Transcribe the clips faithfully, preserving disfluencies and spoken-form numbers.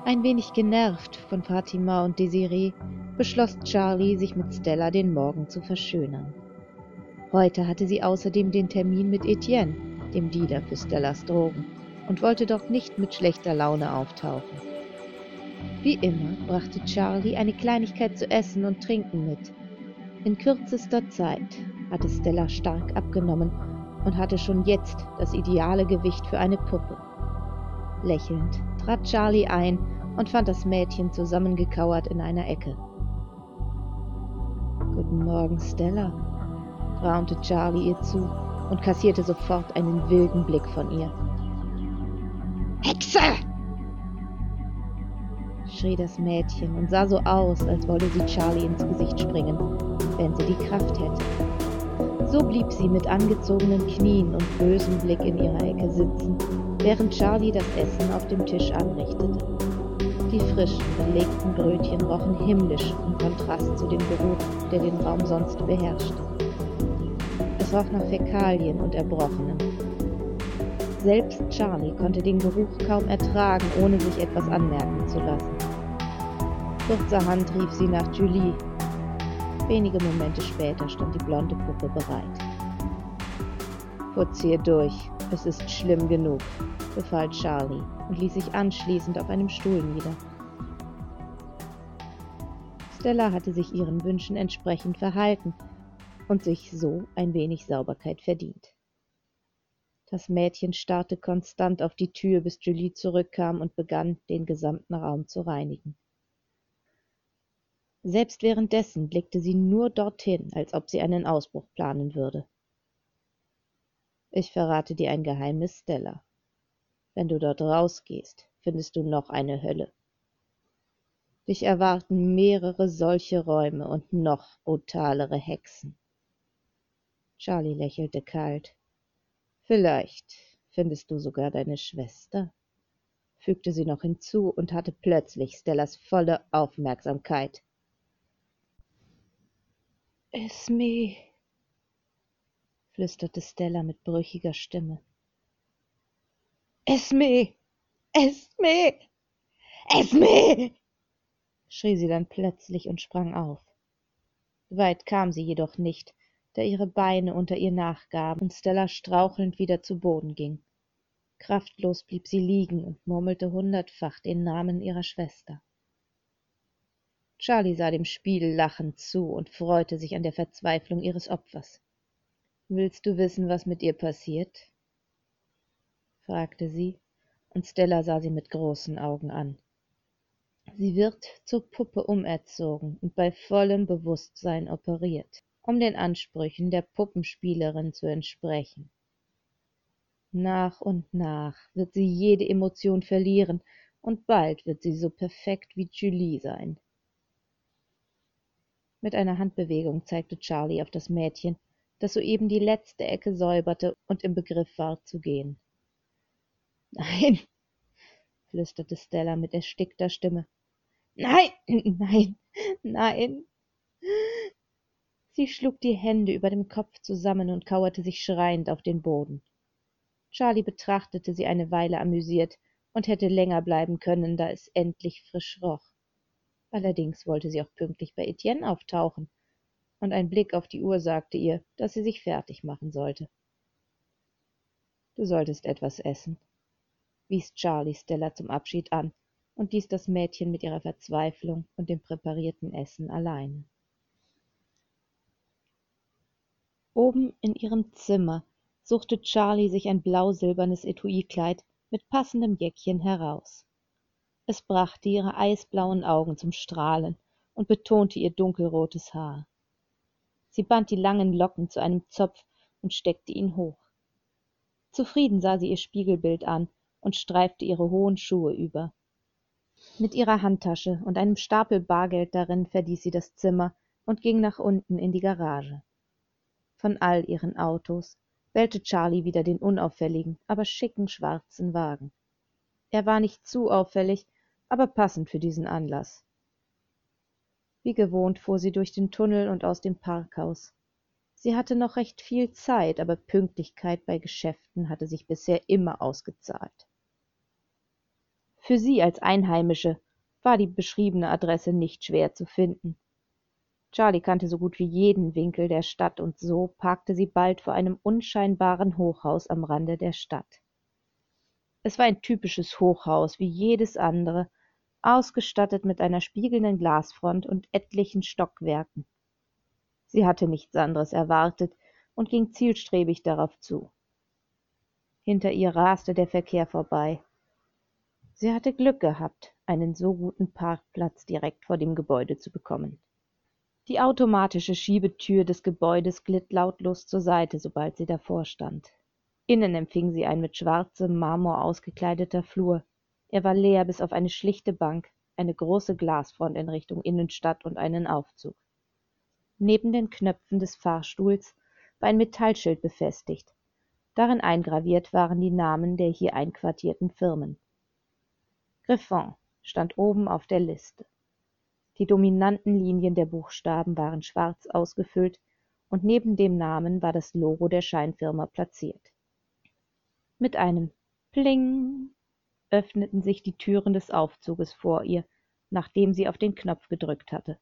Ein wenig genervt von Fatima und Desiree beschloss Charlie, sich mit Stella den Morgen zu verschönern. Heute hatte sie außerdem den Termin mit Etienne, dem Dealer für Stellas Drogen, und wollte dort nicht mit schlechter Laune auftauchen. Wie immer brachte Charlie eine Kleinigkeit zu essen und trinken mit. In kürzester Zeit hatte Stella stark abgenommen und hatte schon jetzt das ideale Gewicht für eine Puppe. Lächelnd trat Charlie ein und fand das Mädchen zusammengekauert in einer Ecke. »Guten Morgen, Stella«, raunte Charlie ihr zu und kassierte sofort einen wilden Blick von ihr. »Hexe!« schrie das Mädchen und sah so aus, als wolle sie Charlie ins Gesicht springen, wenn sie die Kraft hätte. So blieb sie mit angezogenen Knien und bösem Blick in ihrer Ecke sitzen, während Charlie das Essen auf dem Tisch anrichtete. Die frischen, belegten Brötchen rochen himmlisch im Kontrast zu dem Geruch, der den Raum sonst beherrschte. Es roch nach Fäkalien und Erbrochenem. Selbst Charlie konnte den Geruch kaum ertragen, ohne sich etwas anmerken zu lassen. Kurzerhand rief sie nach Julie. Wenige Momente später stand die blonde Puppe bereit. »Putz hier durch, es ist schlimm genug«, befahl Charlie und ließ sich anschließend auf einem Stuhl nieder. Stella hatte sich ihren Wünschen entsprechend verhalten und sich so ein wenig Sauberkeit verdient. Das Mädchen starrte konstant auf die Tür, bis Julie zurückkam und begann, den gesamten Raum zu reinigen. Selbst währenddessen blickte sie nur dorthin, als ob sie einen Ausbruch planen würde. »Ich verrate dir ein Geheimnis, Stella. Wenn du dort rausgehst, findest du noch eine Hölle. Dich erwarten mehrere solche Räume und noch brutalere Hexen.« Charlie lächelte kalt. »Vielleicht findest du sogar deine Schwester«, fügte sie noch hinzu und hatte plötzlich Stellas volle Aufmerksamkeit. »Esme«, flüsterte Stella mit brüchiger Stimme. »Esme! Esme! Esme!« schrie sie dann plötzlich und sprang auf. Weit kam sie jedoch nicht, da ihre Beine unter ihr nachgaben und Stella strauchelnd wieder zu Boden ging. Kraftlos blieb sie liegen und murmelte hundertfach den Namen ihrer Schwester. Charlie sah dem Spiel lachend zu und freute sich an der Verzweiflung ihres Opfers. »Willst du wissen, was mit ihr passiert?« fragte sie, und Stella sah sie mit großen Augen an. »Sie wird zur Puppe umerzogen und bei vollem Bewusstsein operiert, um den Ansprüchen der Puppenspielerin zu entsprechen. Nach und nach wird sie jede Emotion verlieren, und bald wird sie so perfekt wie Julie sein.« Mit einer Handbewegung zeigte Charlie auf das Mädchen, das soeben die letzte Ecke säuberte und im Begriff war zu gehen. »Nein«, flüsterte Stella mit erstickter Stimme. »Nein, nein, nein!« Sie schlug die Hände über dem Kopf zusammen und kauerte sich schreiend auf den Boden. Charlie betrachtete sie eine Weile amüsiert und hätte länger bleiben können, da es endlich frisch roch. Allerdings wollte sie auch pünktlich bei Etienne auftauchen, und ein Blick auf die Uhr sagte ihr, dass sie sich fertig machen sollte. »Du solltest etwas essen«, wies Charlie Stella zum Abschied an und ließ das Mädchen mit ihrer Verzweiflung und dem präparierten Essen allein. Oben in ihrem Zimmer suchte Charlie sich ein blau-silbernes Etuikleid mit passendem Jäckchen heraus. Es brachte ihre eisblauen Augen zum Strahlen und betonte ihr dunkelrotes Haar. Sie band die langen Locken zu einem Zopf und steckte ihn hoch. Zufrieden sah sie ihr Spiegelbild an und streifte ihre hohen Schuhe über. Mit ihrer Handtasche und einem Stapel Bargeld darin verließ sie das Zimmer und ging nach unten in die Garage. Von all ihren Autos wählte Charlie wieder den unauffälligen, aber schicken schwarzen Wagen. Er war nicht zu auffällig, aber passend für diesen Anlass. Wie gewohnt fuhr sie durch den Tunnel und aus dem Parkhaus. Sie hatte noch recht viel Zeit, aber Pünktlichkeit bei Geschäften hatte sich bisher immer ausgezahlt. Für sie als Einheimische war die beschriebene Adresse nicht schwer zu finden. Charlie kannte so gut wie jeden Winkel der Stadt, und so parkte sie bald vor einem unscheinbaren Hochhaus am Rande der Stadt. Es war ein typisches Hochhaus wie jedes andere, ausgestattet mit einer spiegelnden Glasfront und etlichen Stockwerken. Sie hatte nichts anderes erwartet und ging zielstrebig darauf zu. Hinter ihr raste der Verkehr vorbei. Sie hatte Glück gehabt, einen so guten Parkplatz direkt vor dem Gebäude zu bekommen. Die automatische Schiebetür des Gebäudes glitt lautlos zur Seite, sobald sie davor stand. Innen empfing sie ein mit schwarzem Marmor ausgekleideter Flur. Er war leer bis auf eine schlichte Bank, eine große Glasfront in Richtung Innenstadt und einen Aufzug. Neben den Knöpfen des Fahrstuhls war ein Metallschild befestigt. Darin eingraviert waren die Namen der hier einquartierten Firmen. Griffon stand oben auf der Liste. Die dominanten Linien der Buchstaben waren schwarz ausgefüllt, und neben dem Namen war das Logo der Scheinfirma platziert. Mit einem Pling öffneten sich die Türen des Aufzuges vor ihr, nachdem sie auf den Knopf gedrückt hatte.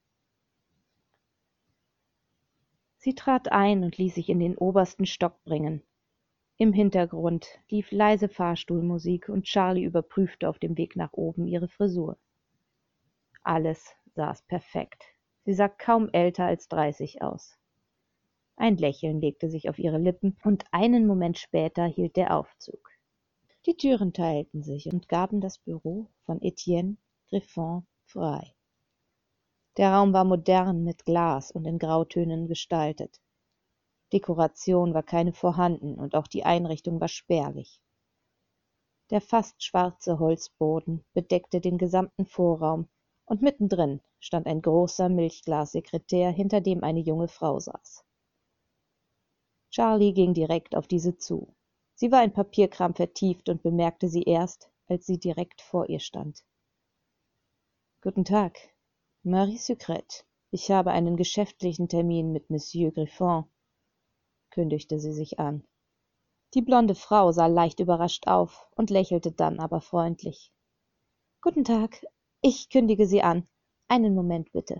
Sie trat ein und ließ sich in den obersten Stock bringen. Im Hintergrund lief leise Fahrstuhlmusik, und Charlie überprüfte auf dem Weg nach oben ihre Frisur. Alles saß perfekt. Sie sah kaum älter als dreißig aus. Ein Lächeln legte sich auf ihre Lippen, und einen Moment später hielt der Aufzug. Die Türen teilten sich und gaben das Büro von Etienne Griffon frei. Der Raum war modern mit Glas und in Grautönen gestaltet. Dekoration war keine vorhanden, und auch die Einrichtung war spärlich. Der fast schwarze Holzboden bedeckte den gesamten Vorraum, und mittendrin stand ein großer Milchglassekretär, hinter dem eine junge Frau saß. Charlie ging direkt auf diese zu. Sie war in Papierkram vertieft und bemerkte sie erst, als sie direkt vor ihr stand. »Guten Tag, Marie Sucrette. Ich habe einen geschäftlichen Termin mit Monsieur Griffon«, kündigte sie sich an. Die blonde Frau sah leicht überrascht auf und lächelte dann aber freundlich. »Guten Tag, ich kündige Sie an. Einen Moment bitte.«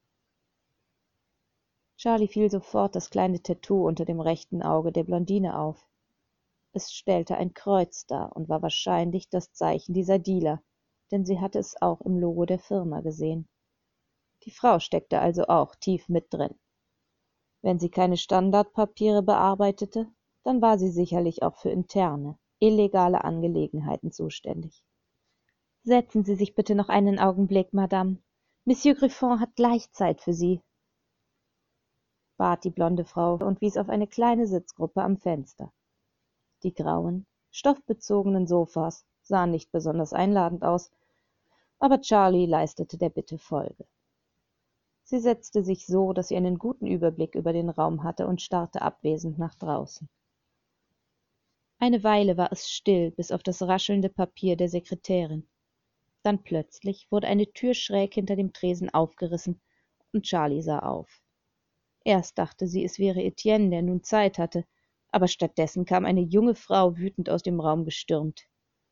Charlie fiel sofort das kleine Tattoo unter dem rechten Auge der Blondine auf. Es stellte ein Kreuz dar und war wahrscheinlich das Zeichen dieser Dealer, denn sie hatte es auch im Logo der Firma gesehen. Die Frau steckte also auch tief mit drin. Wenn sie keine Standardpapiere bearbeitete, dann war sie sicherlich auch für interne, illegale Angelegenheiten zuständig. »Setzen Sie sich bitte noch einen Augenblick, Madame. Monsieur Griffon hat gleich Zeit für Sie«, bat die blonde Frau und wies auf eine kleine Sitzgruppe am Fenster. Die grauen, stoffbezogenen Sofas sahen nicht besonders einladend aus, aber Charlie leistete der Bitte Folge. Sie setzte sich so, dass sie einen guten Überblick über den Raum hatte, und starrte abwesend nach draußen. Eine Weile war es still, bis auf das raschelnde Papier der Sekretärin. Dann plötzlich wurde eine Tür schräg hinter dem Tresen aufgerissen, und Charlie sah auf. Erst dachte sie, es wäre Etienne, der nun Zeit hatte, aber stattdessen kam eine junge Frau wütend aus dem Raum gestürmt.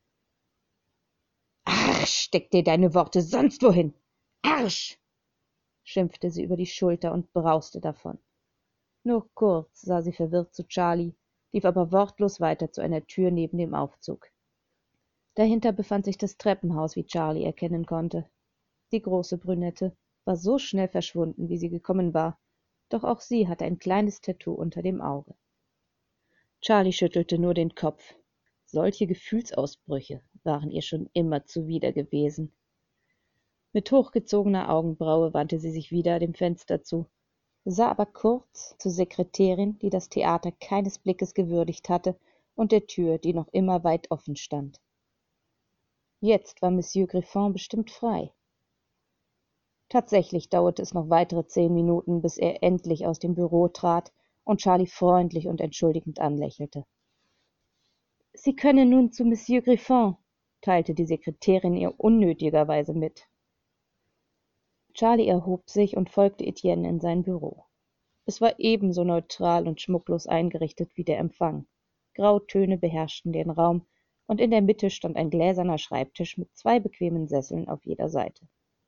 »Arsch, steck dir deine Worte sonst wohin! Arsch!« schimpfte sie über die Schulter und brauste davon. Nur kurz sah sie verwirrt zu Charlie, lief aber wortlos weiter zu einer Tür neben dem Aufzug. Dahinter befand sich das Treppenhaus, wie Charlie erkennen konnte. Die große Brünette war so schnell verschwunden, wie sie gekommen war, doch auch sie hatte ein kleines Tattoo unter dem Auge. Charlie schüttelte nur den Kopf. Solche Gefühlsausbrüche waren ihr schon immer zuwider gewesen. Mit hochgezogener Augenbraue wandte sie sich wieder dem Fenster zu, sah aber kurz zur Sekretärin, die das Theater keines Blickes gewürdigt hatte, und der Tür, die noch immer weit offen stand. Jetzt war Monsieur Griffon bestimmt frei. Tatsächlich dauerte es noch weitere zehn Minuten, bis er endlich aus dem Büro trat und Charlie freundlich und entschuldigend anlächelte. »Sie können nun zu Monsieur Griffon«, teilte die Sekretärin ihr unnötigerweise mit. Charlie erhob sich und folgte Etienne in sein Büro. Es war ebenso neutral und schmucklos eingerichtet wie der Empfang. Grautöne beherrschten den Raum, und in der Mitte stand ein gläserner Schreibtisch mit zwei bequemen Sesseln auf jeder Seite.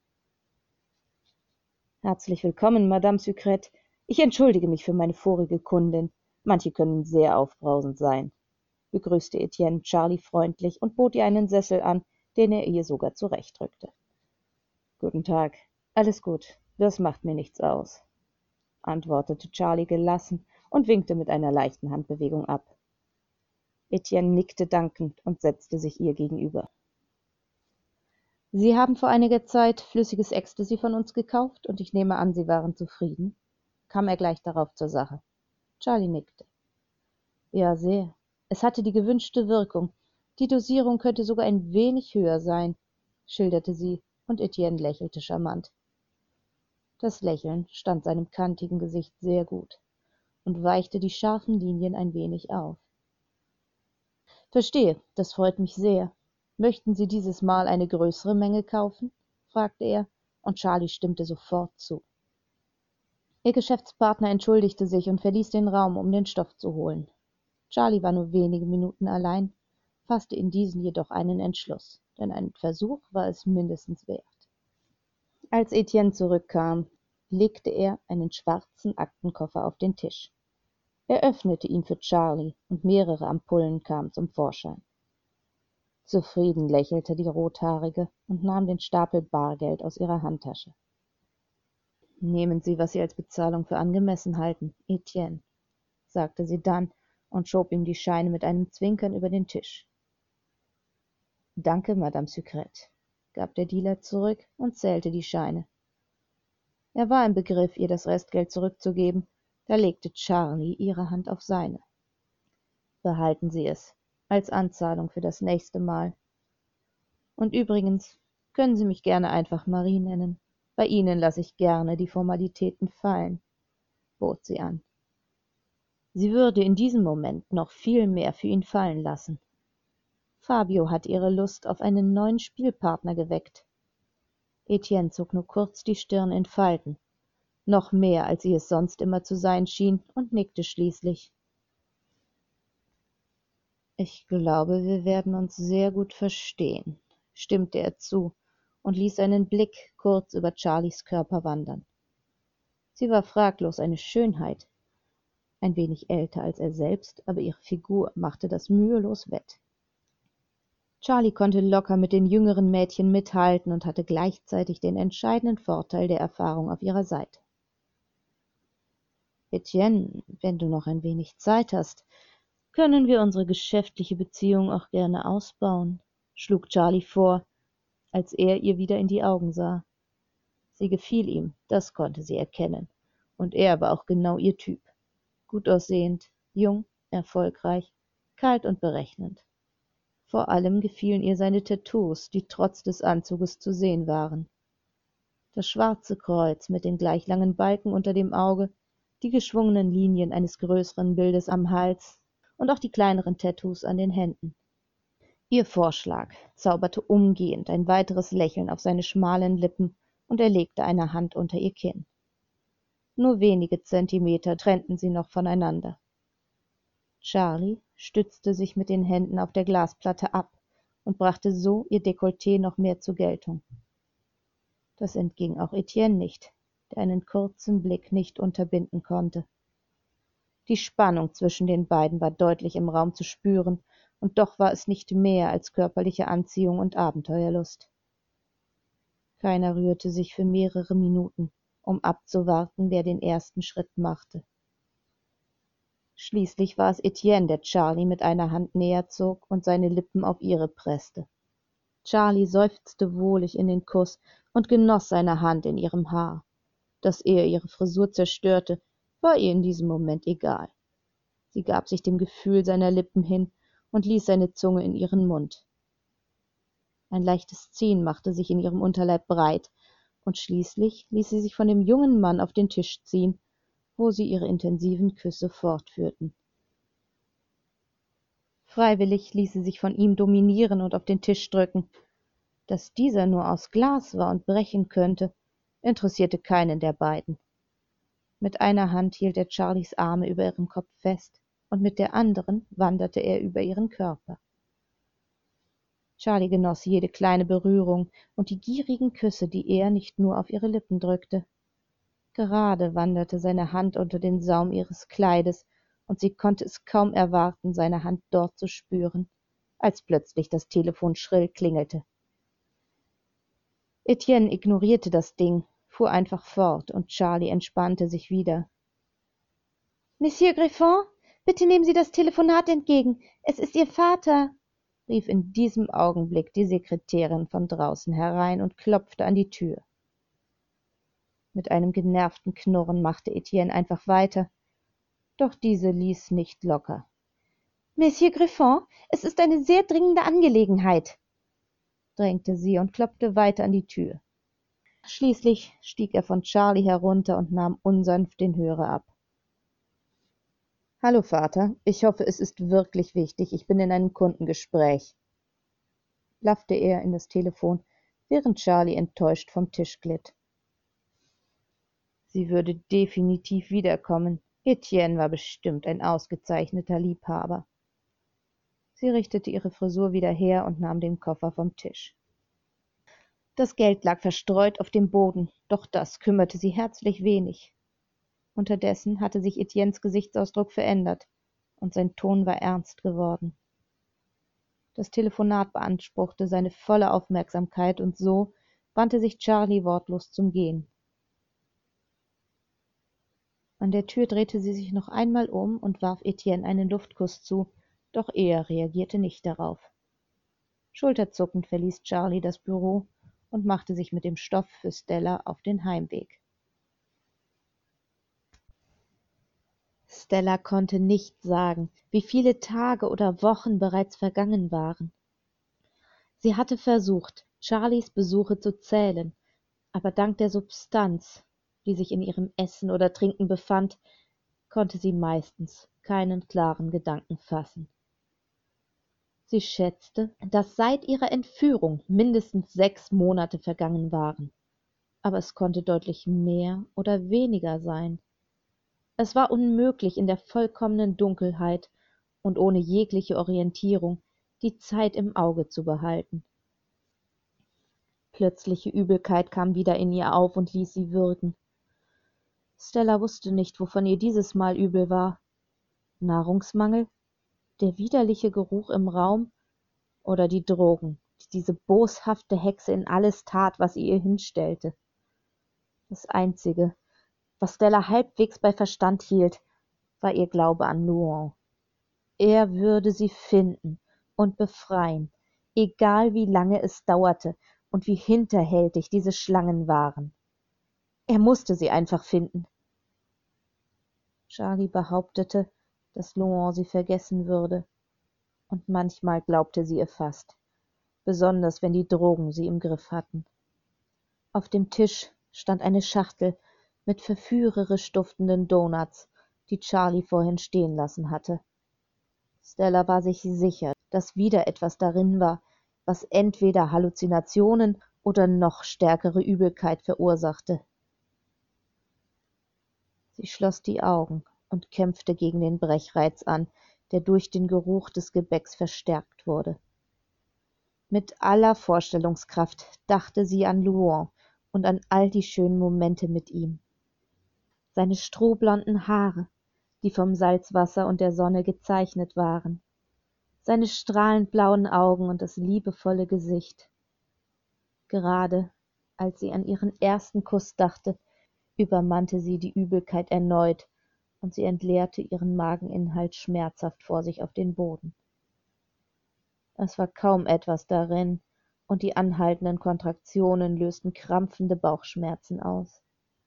»Herzlich willkommen, Madame Sucrette. Ich entschuldige mich für meine vorige Kundin. Manche können sehr aufbrausend sein«, begrüßte Etienne Charlie freundlich und bot ihr einen Sessel an, den er ihr sogar zurechtrückte. »Guten Tag. Alles gut. Das macht mir nichts aus«, antwortete Charlie gelassen und winkte mit einer leichten Handbewegung ab. Etienne nickte dankend und setzte sich ihr gegenüber. »Sie haben vor einiger Zeit flüssiges Ecstasy von uns gekauft, und ich nehme an, Sie waren zufrieden?«, kam er gleich darauf zur Sache. Charlie nickte. »Ja, sehr. Es hatte die gewünschte Wirkung. Die Dosierung könnte sogar ein wenig höher sein«, schilderte sie, und Etienne lächelte charmant. Das Lächeln stand seinem kantigen Gesicht sehr gut und weichte die scharfen Linien ein wenig auf. »Verstehe, das freut mich sehr. Möchten Sie dieses Mal eine größere Menge kaufen?«, fragte er, und Charlie stimmte sofort zu. Ihr Geschäftspartner entschuldigte sich und verließ den Raum, um den Stoff zu holen. Charlie war nur wenige Minuten allein, fasste in diesen jedoch einen Entschluss, denn ein Versuch war es mindestens wert. Als Etienne zurückkam, legte er einen schwarzen Aktenkoffer auf den Tisch. Er öffnete ihn für Charlie, und mehrere Ampullen kamen zum Vorschein. Zufrieden lächelte die Rothaarige und nahm den Stapel Bargeld aus ihrer Handtasche. »Nehmen Sie, was Sie als Bezahlung für angemessen halten, Etienne«, sagte sie dann und schob ihm die Scheine mit einem Zwinkern über den Tisch. »Danke, Madame Sucrette«, gab der Dealer zurück und zählte die Scheine. Er war im Begriff, ihr das Restgeld zurückzugeben, da legte Charlie ihre Hand auf seine. »Behalten Sie es, als Anzahlung für das nächste Mal. Und übrigens können Sie mich gerne einfach Marie nennen. Bei Ihnen lasse ich gerne die Formalitäten fallen«, bot sie an. Sie würde in diesem Moment noch viel mehr für ihn fallen lassen. Fabio hat ihre Lust auf einen neuen Spielpartner geweckt. Etienne zog nur kurz die Stirn in Falten, noch mehr, als sie es sonst immer zu sein schien, und nickte schließlich. »Ich glaube, wir werden uns sehr gut verstehen«, stimmte er zu und ließ seinen Blick kurz über Charlies Körper wandern. Sie war fraglos eine Schönheit, ein wenig älter als er selbst, aber ihre Figur machte das mühelos wett. Charlie konnte locker mit den jüngeren Mädchen mithalten und hatte gleichzeitig den entscheidenden Vorteil der Erfahrung auf ihrer Seite. »Etienne, wenn du noch ein wenig Zeit hast, können wir unsere geschäftliche Beziehung auch gerne ausbauen«, schlug Charlie vor, als er ihr wieder in die Augen sah. Sie gefiel ihm, das konnte sie erkennen, und er war auch genau ihr Typ. Gut aussehend, jung, erfolgreich, kalt und berechnend. Vor allem gefielen ihr seine Tattoos, die trotz des Anzuges zu sehen waren. Das schwarze Kreuz mit den gleich langen Balken unter dem Auge, die geschwungenen Linien eines größeren Bildes am Hals und auch die kleineren Tattoos an den Händen. Ihr Vorschlag zauberte umgehend ein weiteres Lächeln auf seine schmalen Lippen, und er legte eine Hand unter ihr Kinn. Nur wenige Zentimeter trennten sie noch voneinander. Charlie stützte sich mit den Händen auf der Glasplatte ab und brachte so ihr Dekolleté noch mehr zur Geltung. Das entging auch Etienne nicht, der einen kurzen Blick nicht unterbinden konnte. Die Spannung zwischen den beiden war deutlich im Raum zu spüren, und doch war es nicht mehr als körperliche Anziehung und Abenteuerlust. Keiner rührte sich für mehrere Minuten, um abzuwarten, wer den ersten Schritt machte. Schließlich war es Etienne, der Charlie mit einer Hand näher zog und seine Lippen auf ihre presste. Charlie seufzte wohlig in den Kuss und genoss seine Hand in ihrem Haar. Dass er ihre Frisur zerstörte, war ihr in diesem Moment egal. Sie gab sich dem Gefühl seiner Lippen hin und ließ seine Zunge in ihren Mund. Ein leichtes Ziehen machte sich in ihrem Unterleib breit, und schließlich ließ sie sich von dem jungen Mann auf den Tisch ziehen, wo sie ihre intensiven Küsse fortführten. Freiwillig ließ sie sich von ihm dominieren und auf den Tisch drücken. Dass dieser nur aus Glas war und brechen könnte, interessierte keinen der beiden. Mit einer Hand hielt er Charlies Arme über ihrem Kopf fest, und mit der anderen wanderte er über ihren Körper. Charlie genoss jede kleine Berührung und die gierigen Küsse, die er nicht nur auf ihre Lippen drückte. Gerade wanderte seine Hand unter den Saum ihres Kleides, und sie konnte es kaum erwarten, seine Hand dort zu spüren, als plötzlich das Telefon schrill klingelte. Etienne ignorierte das Ding, fuhr einfach fort, und Charlie entspannte sich wieder. »Monsieur Griffon, bitte nehmen Sie das Telefonat entgegen. Es ist Ihr Vater«, rief in diesem Augenblick die Sekretärin von draußen herein und klopfte an die Tür. Mit einem genervten Knurren machte Etienne einfach weiter, doch diese ließ nicht locker. »Monsieur Griffon, es ist eine sehr dringende Angelegenheit«, drängte sie und klopfte weiter an die Tür. Schließlich stieg er von Charlie herunter und nahm unsanft den Hörer ab. »Hallo, Vater, ich hoffe, es ist wirklich wichtig, ich bin in einem Kundengespräch«, blaffte er in das Telefon, während Charlie enttäuscht vom Tisch glitt. Sie würde definitiv wiederkommen. Etienne war bestimmt ein ausgezeichneter Liebhaber. Sie richtete ihre Frisur wieder her und nahm den Koffer vom Tisch. Das Geld lag verstreut auf dem Boden, doch das kümmerte sie herzlich wenig. Unterdessen hatte sich Etiennes Gesichtsausdruck verändert, und sein Ton war ernst geworden. Das Telefonat beanspruchte seine volle Aufmerksamkeit, und so wandte sich Charlie wortlos zum Gehen. An der Tür drehte sie sich noch einmal um und warf Etienne einen Luftkuss zu, doch er reagierte nicht darauf. Schulterzuckend verließ Charlie das Büro und machte sich mit dem Stoff für Stella auf den Heimweg. Stella konnte nicht sagen, wie viele Tage oder Wochen bereits vergangen waren. Sie hatte versucht, Charlies Besuche zu zählen, aber dank der Substanz, die sich in ihrem Essen oder Trinken befand, konnte sie meistens keinen klaren Gedanken fassen. Sie schätzte, dass seit ihrer Entführung mindestens sechs Monate vergangen waren, aber es konnte deutlich mehr oder weniger sein. Es war unmöglich, in der vollkommenen Dunkelheit und ohne jegliche Orientierung die Zeit im Auge zu behalten. Plötzliche Übelkeit kam wieder in ihr auf und ließ sie würgen. Stella wusste nicht, wovon ihr dieses Mal übel war. Nahrungsmangel, der widerliche Geruch im Raum oder die Drogen, die diese boshafte Hexe in alles tat, was sie ihr hinstellte. Das Einzige, was Stella halbwegs bei Verstand hielt, war ihr Glaube an Luan. Er würde sie finden und befreien, egal wie lange es dauerte und wie hinterhältig diese Schlangen waren. Er musste sie einfach finden. Charlie behauptete, dass Luan sie vergessen würde, und manchmal glaubte sie ihr fast, besonders wenn die Drogen sie im Griff hatten. Auf dem Tisch stand eine Schachtel mit verführerisch duftenden Donuts, die Charlie vorhin stehen lassen hatte. Stella war sich sicher, dass wieder etwas darin war, was entweder Halluzinationen oder noch stärkere Übelkeit verursachte. Sie schloss die Augen und kämpfte gegen den Brechreiz an, der durch den Geruch des Gebäcks verstärkt wurde. Mit aller Vorstellungskraft dachte sie an Luan und an all die schönen Momente mit ihm. Seine strohblonden Haare, die vom Salzwasser und der Sonne gezeichnet waren, seine strahlend blauen Augen und das liebevolle Gesicht. Gerade als sie an ihren ersten Kuss dachte, übermannte sie die Übelkeit erneut, und sie entleerte ihren Mageninhalt schmerzhaft vor sich auf den Boden. Es war kaum etwas darin, und die anhaltenden Kontraktionen lösten krampfende Bauchschmerzen aus.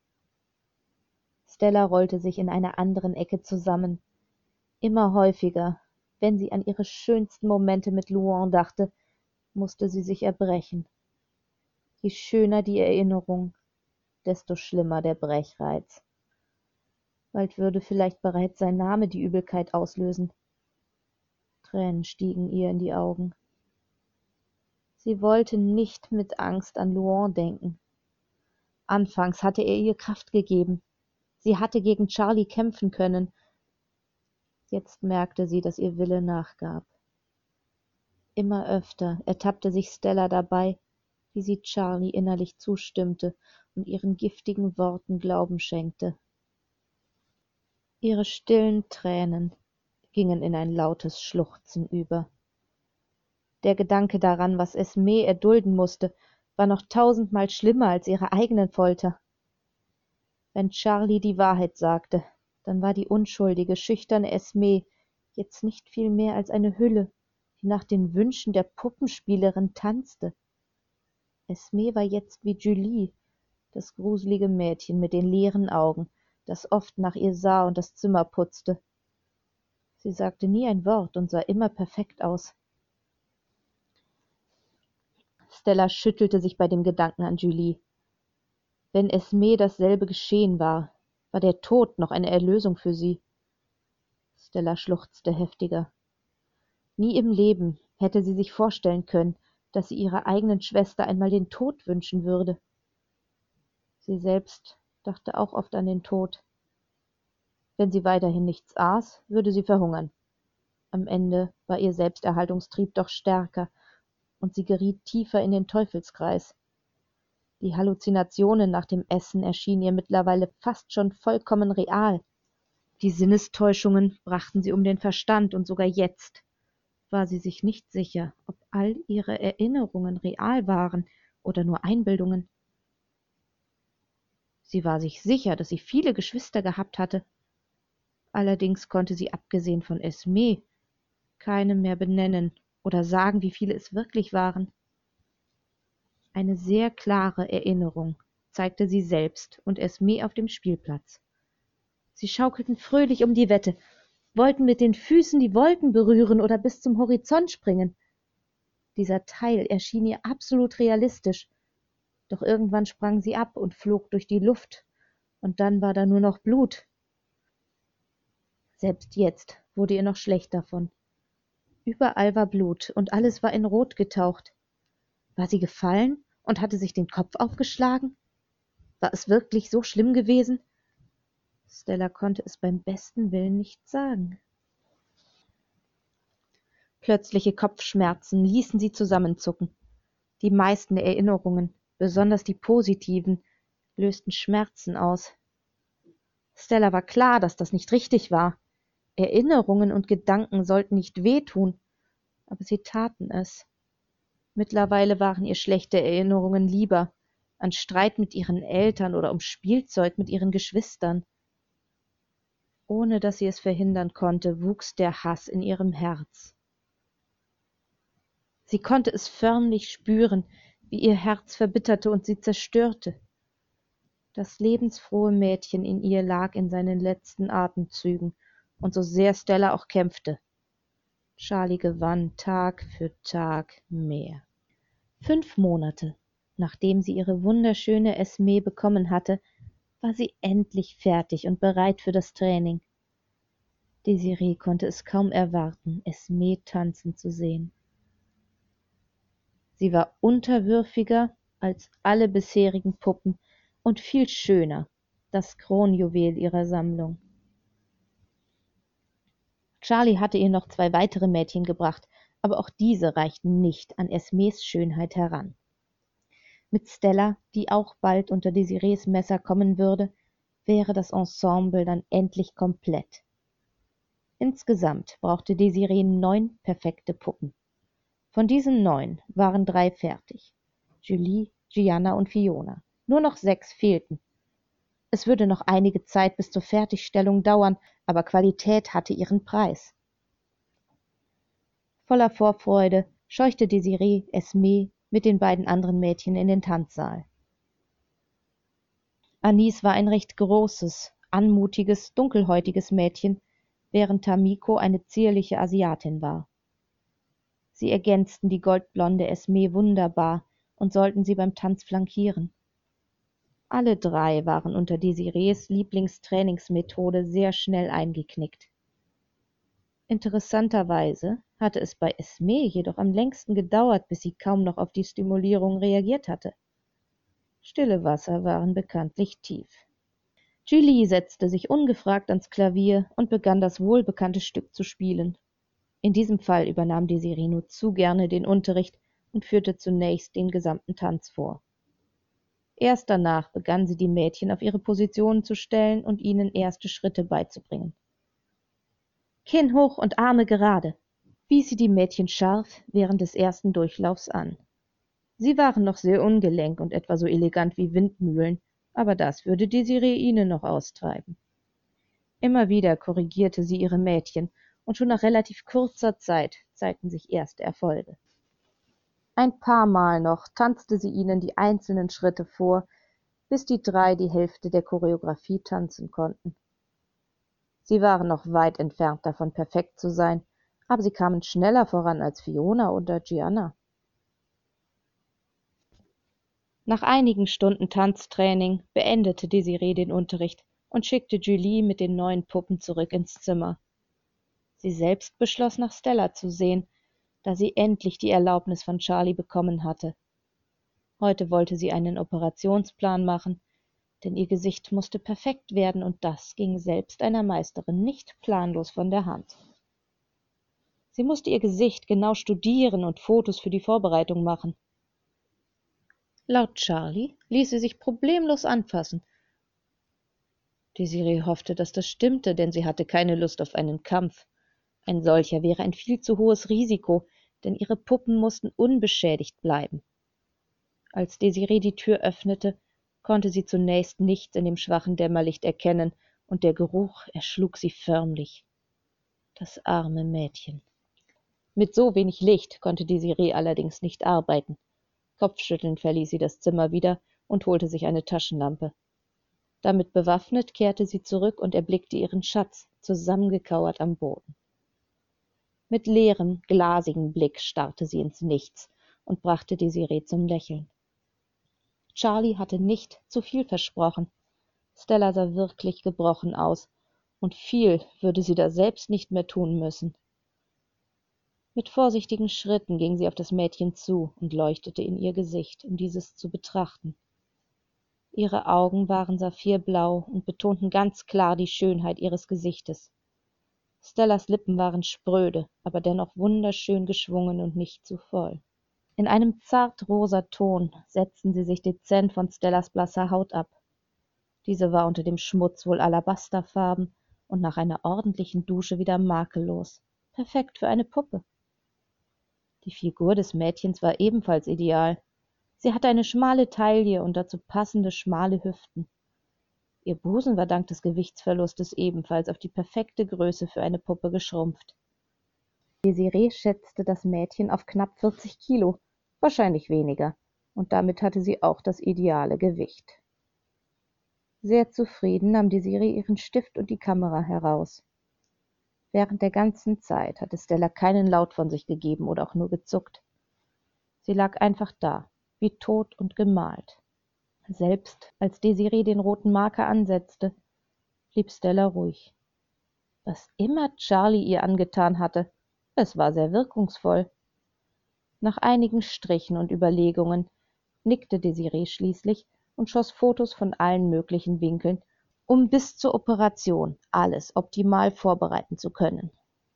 Stella rollte sich in einer anderen Ecke zusammen. Immer häufiger, wenn sie an ihre schönsten Momente mit Luan dachte, musste sie sich erbrechen. Je schöner die Erinnerung, desto schlimmer der Brechreiz. Bald würde vielleicht bereits sein Name die Übelkeit auslösen. Tränen stiegen ihr in die Augen. Sie wollte nicht mit Angst an Luan denken. Anfangs hatte er ihr Kraft gegeben. Sie hatte gegen Charlie kämpfen können. Jetzt merkte sie, dass ihr Wille nachgab. Immer öfter ertappte sich Stella dabei, wie sie Charlie innerlich zustimmte und ihren giftigen Worten Glauben schenkte. Ihre stillen Tränen gingen in ein lautes Schluchzen über. Der Gedanke daran, was Esme erdulden musste, war noch tausendmal schlimmer als ihre eigenen Folter. Wenn Charlie die Wahrheit sagte, dann war die unschuldige, schüchterne Esme jetzt nicht viel mehr als eine Hülle, die nach den Wünschen der Puppenspielerin tanzte. Esme war jetzt wie Julie, das gruselige Mädchen mit den leeren Augen, das oft nach ihr sah und das Zimmer putzte. Sie sagte nie ein Wort und sah immer perfekt aus. Stella schüttelte sich bei dem Gedanken an Julie. Wenn Esme dasselbe geschehen war, war der Tod noch eine Erlösung für sie. Stella schluchzte heftiger. Nie im Leben hätte sie sich vorstellen können, dass sie ihrer eigenen Schwester einmal den Tod wünschen würde. Sie selbst dachte auch oft an den Tod. Wenn sie weiterhin nichts aß, würde sie verhungern. Am Ende war ihr Selbsterhaltungstrieb doch stärker, und sie geriet tiefer in den Teufelskreis. Die Halluzinationen nach dem Essen erschienen ihr mittlerweile fast schon vollkommen real. Die Sinnestäuschungen brachten sie um den Verstand, und sogar jetzt war sie sich nicht sicher, ob all ihre Erinnerungen real waren oder nur Einbildungen. Sie war sich sicher, dass sie viele Geschwister gehabt hatte. Allerdings konnte sie abgesehen von Esme keine mehr benennen oder sagen, wie viele es wirklich waren. Eine sehr klare Erinnerung zeigte sie selbst und Esme auf dem Spielplatz. Sie schaukelten fröhlich um die Wette, wollten mit den Füßen die Wolken berühren oder bis zum Horizont springen. Dieser Teil erschien ihr absolut realistisch, doch irgendwann sprang sie ab und flog durch die Luft, und dann war da nur noch Blut. Selbst jetzt wurde ihr noch schlecht davon. Überall war Blut, und alles war in Rot getaucht. War sie gefallen und hatte sich den Kopf aufgeschlagen? War es wirklich so schlimm gewesen? Stella konnte es beim besten Willen nicht sagen. Plötzliche Kopfschmerzen ließen sie zusammenzucken. Die meisten Erinnerungen, besonders die positiven, lösten Schmerzen aus. Stella war klar, dass das nicht richtig war. Erinnerungen und Gedanken sollten nicht wehtun, aber sie taten es. Mittlerweile waren ihr schlechte Erinnerungen lieber, an Streit mit ihren Eltern oder um Spielzeug mit ihren Geschwistern. Ohne dass sie es verhindern konnte, wuchs der Hass in ihrem Herz. Sie konnte es förmlich spüren, wie ihr Herz verbitterte und sie zerstörte. Das lebensfrohe Mädchen in ihr lag in seinen letzten Atemzügen, und so sehr Stella auch kämpfte, Charlie gewann Tag für Tag mehr. Fünf Monate, nachdem sie ihre wunderschöne Esme bekommen hatte, war sie endlich fertig und bereit für das Training. Desiree konnte es kaum erwarten, Esme tanzen zu sehen. Sie war unterwürfiger als alle bisherigen Puppen und viel schöner, das Kronjuwel ihrer Sammlung. Charlie hatte ihr noch zwei weitere Mädchen gebracht, aber auch diese reichten nicht an Esmes Schönheit heran. Mit Stella, die auch bald unter Desirees Messer kommen würde, wäre das Ensemble dann endlich komplett. Insgesamt brauchte Desiree neun perfekte Puppen. Von diesen neun waren drei fertig: Julie, Gianna und Fiona. Nur noch sechs fehlten. Es würde noch einige Zeit bis zur Fertigstellung dauern, aber Qualität hatte ihren Preis. Voller Vorfreude scheuchte Desiree Esme mit den beiden anderen Mädchen in den Tanzsaal. Anis war ein recht großes, anmutiges, dunkelhäutiges Mädchen, während Tamiko eine zierliche Asiatin war. Sie ergänzten die goldblonde Esme wunderbar und sollten sie beim Tanz flankieren. Alle drei waren unter Desirees Lieblingstrainingsmethode sehr schnell eingeknickt. Interessanterweise hatte es bei Esme jedoch am längsten gedauert, bis sie kaum noch auf die Stimulierung reagiert hatte. Stille Wasser waren bekanntlich tief. Julie setzte sich ungefragt ans Klavier und begann das wohlbekannte Stück zu spielen. In diesem Fall übernahm Desiree nur zu gerne den Unterricht und führte zunächst den gesamten Tanz vor. Erst danach begann sie die Mädchen auf ihre Positionen zu stellen und ihnen erste Schritte beizubringen. Kinn hoch und Arme gerade, wies sie die Mädchen scharf während des ersten Durchlaufs an. Sie waren noch sehr ungelenk und etwa so elegant wie Windmühlen, aber das würde Desiree ihnen noch austreiben. Immer wieder korrigierte sie ihre Mädchen, und schon nach relativ kurzer Zeit zeigten sich erste Erfolge. Ein paar Mal noch tanzte sie ihnen die einzelnen Schritte vor, bis die drei die Hälfte der Choreografie tanzen konnten. Sie waren noch weit entfernt davon, perfekt zu sein, aber sie kamen schneller voran als Fiona oder Gianna. Nach einigen Stunden Tanztraining beendete Desiree den Unterricht und schickte Julie mit den neuen Puppen zurück ins Zimmer. Sie selbst beschloss, nach Stella zu sehen, da sie endlich die Erlaubnis von Charlie bekommen hatte. Heute wollte sie einen Operationsplan machen, denn ihr Gesicht musste perfekt werden, und das ging selbst einer Meisterin nicht planlos von der Hand. Sie musste ihr Gesicht genau studieren und Fotos für die Vorbereitung machen. Laut Charlie ließ sie sich problemlos anfassen. Desiree hoffte, dass das stimmte, denn sie hatte keine Lust auf einen Kampf. Ein solcher wäre ein viel zu hohes Risiko, denn ihre Puppen mussten unbeschädigt bleiben. Als Desiree die Tür öffnete, konnte sie zunächst nichts in dem schwachen Dämmerlicht erkennen, und der Geruch erschlug sie förmlich. Das arme Mädchen. Mit so wenig Licht konnte Desiree allerdings nicht arbeiten. Kopfschüttelnd verließ sie das Zimmer wieder und holte sich eine Taschenlampe. Damit bewaffnet kehrte sie zurück und erblickte ihren Schatz, zusammengekauert am Boden. Mit leerem, glasigem Blick starrte sie ins Nichts und brachte Desiree zum Lächeln. Charlie hatte nicht zu viel versprochen. Stella sah wirklich gebrochen aus, und viel würde sie da selbst nicht mehr tun müssen. Mit vorsichtigen Schritten ging sie auf das Mädchen zu und leuchtete in ihr Gesicht, um dieses zu betrachten. Ihre Augen waren saphirblau und betonten ganz klar die Schönheit ihres Gesichtes. Stellas Lippen waren spröde, aber dennoch wunderschön geschwungen und nicht zu voll. In einem zartrosa Ton setzten sie sich dezent von Stellas blasser Haut ab. Diese war unter dem Schmutz wohl alabasterfarben und nach einer ordentlichen Dusche wieder makellos. Perfekt für eine Puppe. Die Figur des Mädchens war ebenfalls ideal. Sie hatte eine schmale Taille und dazu passende schmale Hüften. Ihr Busen war dank des Gewichtsverlustes ebenfalls auf die perfekte Größe für eine Puppe geschrumpft. Desiree schätzte das Mädchen auf knapp vierzig Kilo, wahrscheinlich weniger, und damit hatte sie auch das ideale Gewicht. Sehr zufrieden nahm Desiree ihren Stift und die Kamera heraus. Während der ganzen Zeit hatte Stella keinen Laut von sich gegeben oder auch nur gezuckt. Sie lag einfach da, wie tot und gemalt. Selbst als Desiree den roten Marker ansetzte, blieb Stella ruhig. Was immer Charlie ihr angetan hatte, es war sehr wirkungsvoll. Nach einigen Strichen und Überlegungen nickte Desiree schließlich und schoss Fotos von allen möglichen Winkeln, um bis zur Operation alles optimal vorbereiten zu können.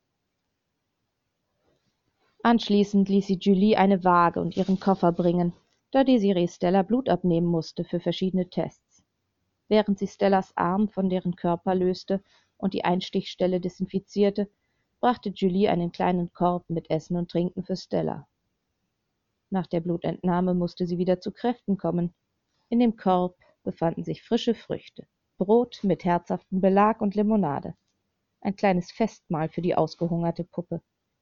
Anschließend ließ sie Julie eine Waage und ihren Koffer bringen, da Desiree Stella Blut abnehmen musste für verschiedene Tests. Während sie Stellas Arm von deren Körper löste und die Einstichstelle desinfizierte, brachte Julie einen kleinen Korb mit Essen und Trinken für Stella. Nach der Blutentnahme musste sie wieder zu Kräften kommen. In dem Korb befanden sich frische Früchte, Brot mit herzhaftem Belag und Limonade. Ein kleines Festmahl für die ausgehungerte Puppe.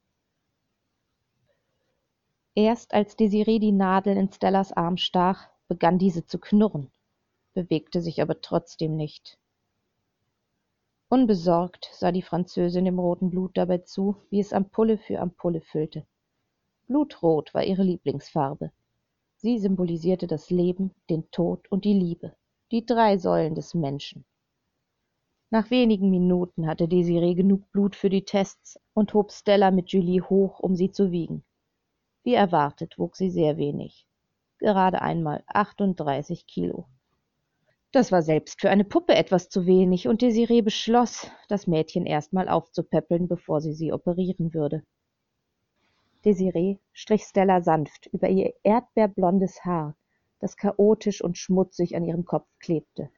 Erst als Desiree die Nadel in Stellas Arm stach, begann diese zu knurren, bewegte sich aber trotzdem nicht. Unbesorgt sah die Französin dem roten Blut dabei zu, wie es Ampulle für Ampulle füllte. Blutrot war ihre Lieblingsfarbe. Sie symbolisierte das Leben, den Tod und die Liebe, die drei Säulen des Menschen. Nach wenigen Minuten hatte Desiree genug Blut für die Tests und hob Stella mit Julie hoch, um sie zu wiegen. Wie erwartet wog sie sehr wenig, gerade einmal achtunddreißig Kilo. Das war selbst für eine Puppe etwas zu wenig, und Desiree beschloss, das Mädchen erstmal aufzupäppeln, bevor sie sie operieren würde. Desiree strich Stella sanft über ihr erdbeerblondes Haar, das chaotisch und schmutzig an ihrem Kopf klebte.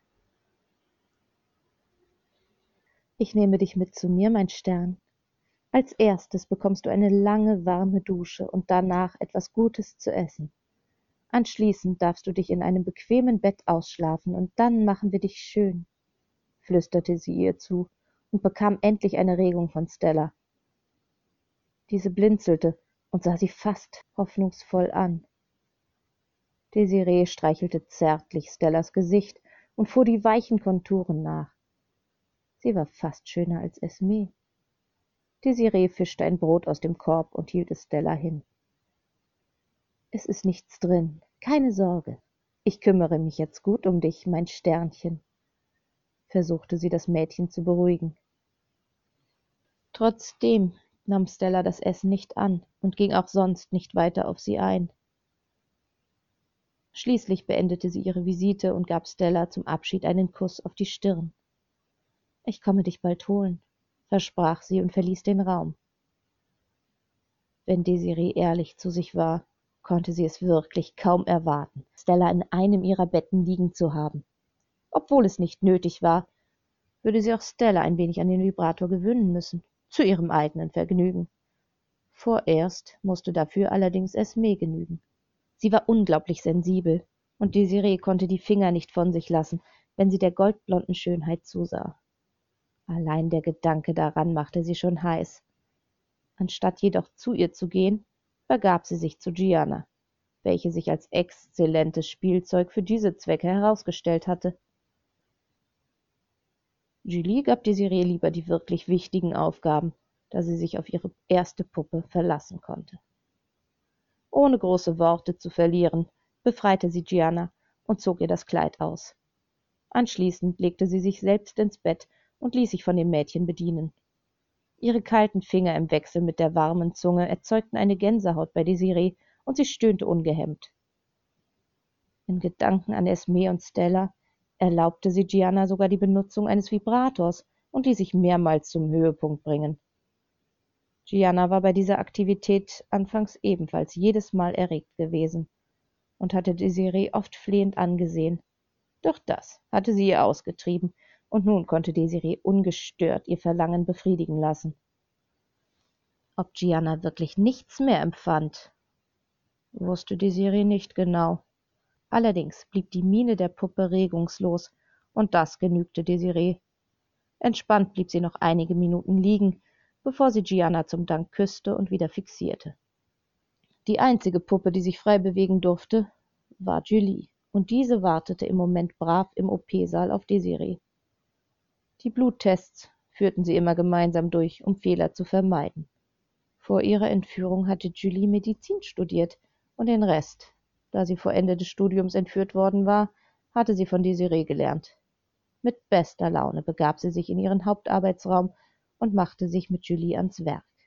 »Ich nehme dich mit zu mir, mein Stern. Als erstes bekommst du eine lange, warme Dusche und danach etwas Gutes zu essen. Anschließend darfst du dich in einem bequemen Bett ausschlafen und dann machen wir dich schön«, flüsterte sie ihr zu und bekam endlich eine Regung von Stella. Diese blinzelte und sah sie fast hoffnungsvoll an. Desiree streichelte zärtlich Stellas Gesicht und fuhr die weichen Konturen nach. Sie war fast schöner als Esme. Desiree fischte ein Brot aus dem Korb und hielt es Stella hin. »Es ist nichts drin, keine Sorge. Ich kümmere mich jetzt gut um dich, mein Sternchen«, versuchte sie das Mädchen zu beruhigen. Trotzdem nahm Stella das Essen nicht an und ging auch sonst nicht weiter auf sie ein. Schließlich beendete sie ihre Visite und gab Stella zum Abschied einen Kuss auf die Stirn. »Ich komme dich bald holen«, versprach sie und verließ den Raum. Wenn Desiree ehrlich zu sich war, konnte sie es wirklich kaum erwarten, Stella in einem ihrer Betten liegen zu haben. Obwohl es nicht nötig war, würde sie auch Stella ein wenig an den Vibrator gewöhnen müssen, zu ihrem eigenen Vergnügen. Vorerst musste dafür allerdings Esme genügen. Sie war unglaublich sensibel, und Desiree konnte die Finger nicht von sich lassen, wenn sie der goldblonden Schönheit zusah. Allein der Gedanke daran machte sie schon heiß. Anstatt jedoch zu ihr zu gehen, begab sie sich zu Gianna, welche sich als exzellentes Spielzeug für diese Zwecke herausgestellt hatte. Julie gab Desiree lieber die wirklich wichtigen Aufgaben, da sie sich auf ihre erste Puppe verlassen konnte. Ohne große Worte zu verlieren, befreite sie Gianna und zog ihr das Kleid aus. Anschließend legte sie sich selbst ins Bett und ließ sich von dem Mädchen bedienen. Ihre kalten Finger im Wechsel mit der warmen Zunge erzeugten eine Gänsehaut bei Desiree, und sie stöhnte ungehemmt. In Gedanken an Esme und Stella erlaubte sie Gianna sogar die Benutzung eines Vibrators und ließ sich mehrmals zum Höhepunkt bringen. Gianna war bei dieser Aktivität anfangs ebenfalls jedes Mal erregt gewesen und hatte Desiree oft flehend angesehen. Doch das hatte sie ihr ausgetrieben, und nun konnte Desiree ungestört ihr Verlangen befriedigen lassen. Ob Gianna wirklich nichts mehr empfand, wusste Desiree nicht genau. Allerdings blieb die Miene der Puppe regungslos, und das genügte Desiree. Entspannt blieb sie noch einige Minuten liegen, bevor sie Gianna zum Dank küsste und wieder fixierte. Die einzige Puppe, die sich frei bewegen durfte, war Julie, und diese wartete im Moment brav im O P-Saal auf Desiree. Die Bluttests führten sie immer gemeinsam durch, um Fehler zu vermeiden. Vor ihrer Entführung hatte Julie Medizin studiert, und den Rest, da sie vor Ende des Studiums entführt worden war, hatte sie von Desiree gelernt. Mit bester Laune begab sie sich in ihren Hauptarbeitsraum und machte sich mit Julie ans Werk.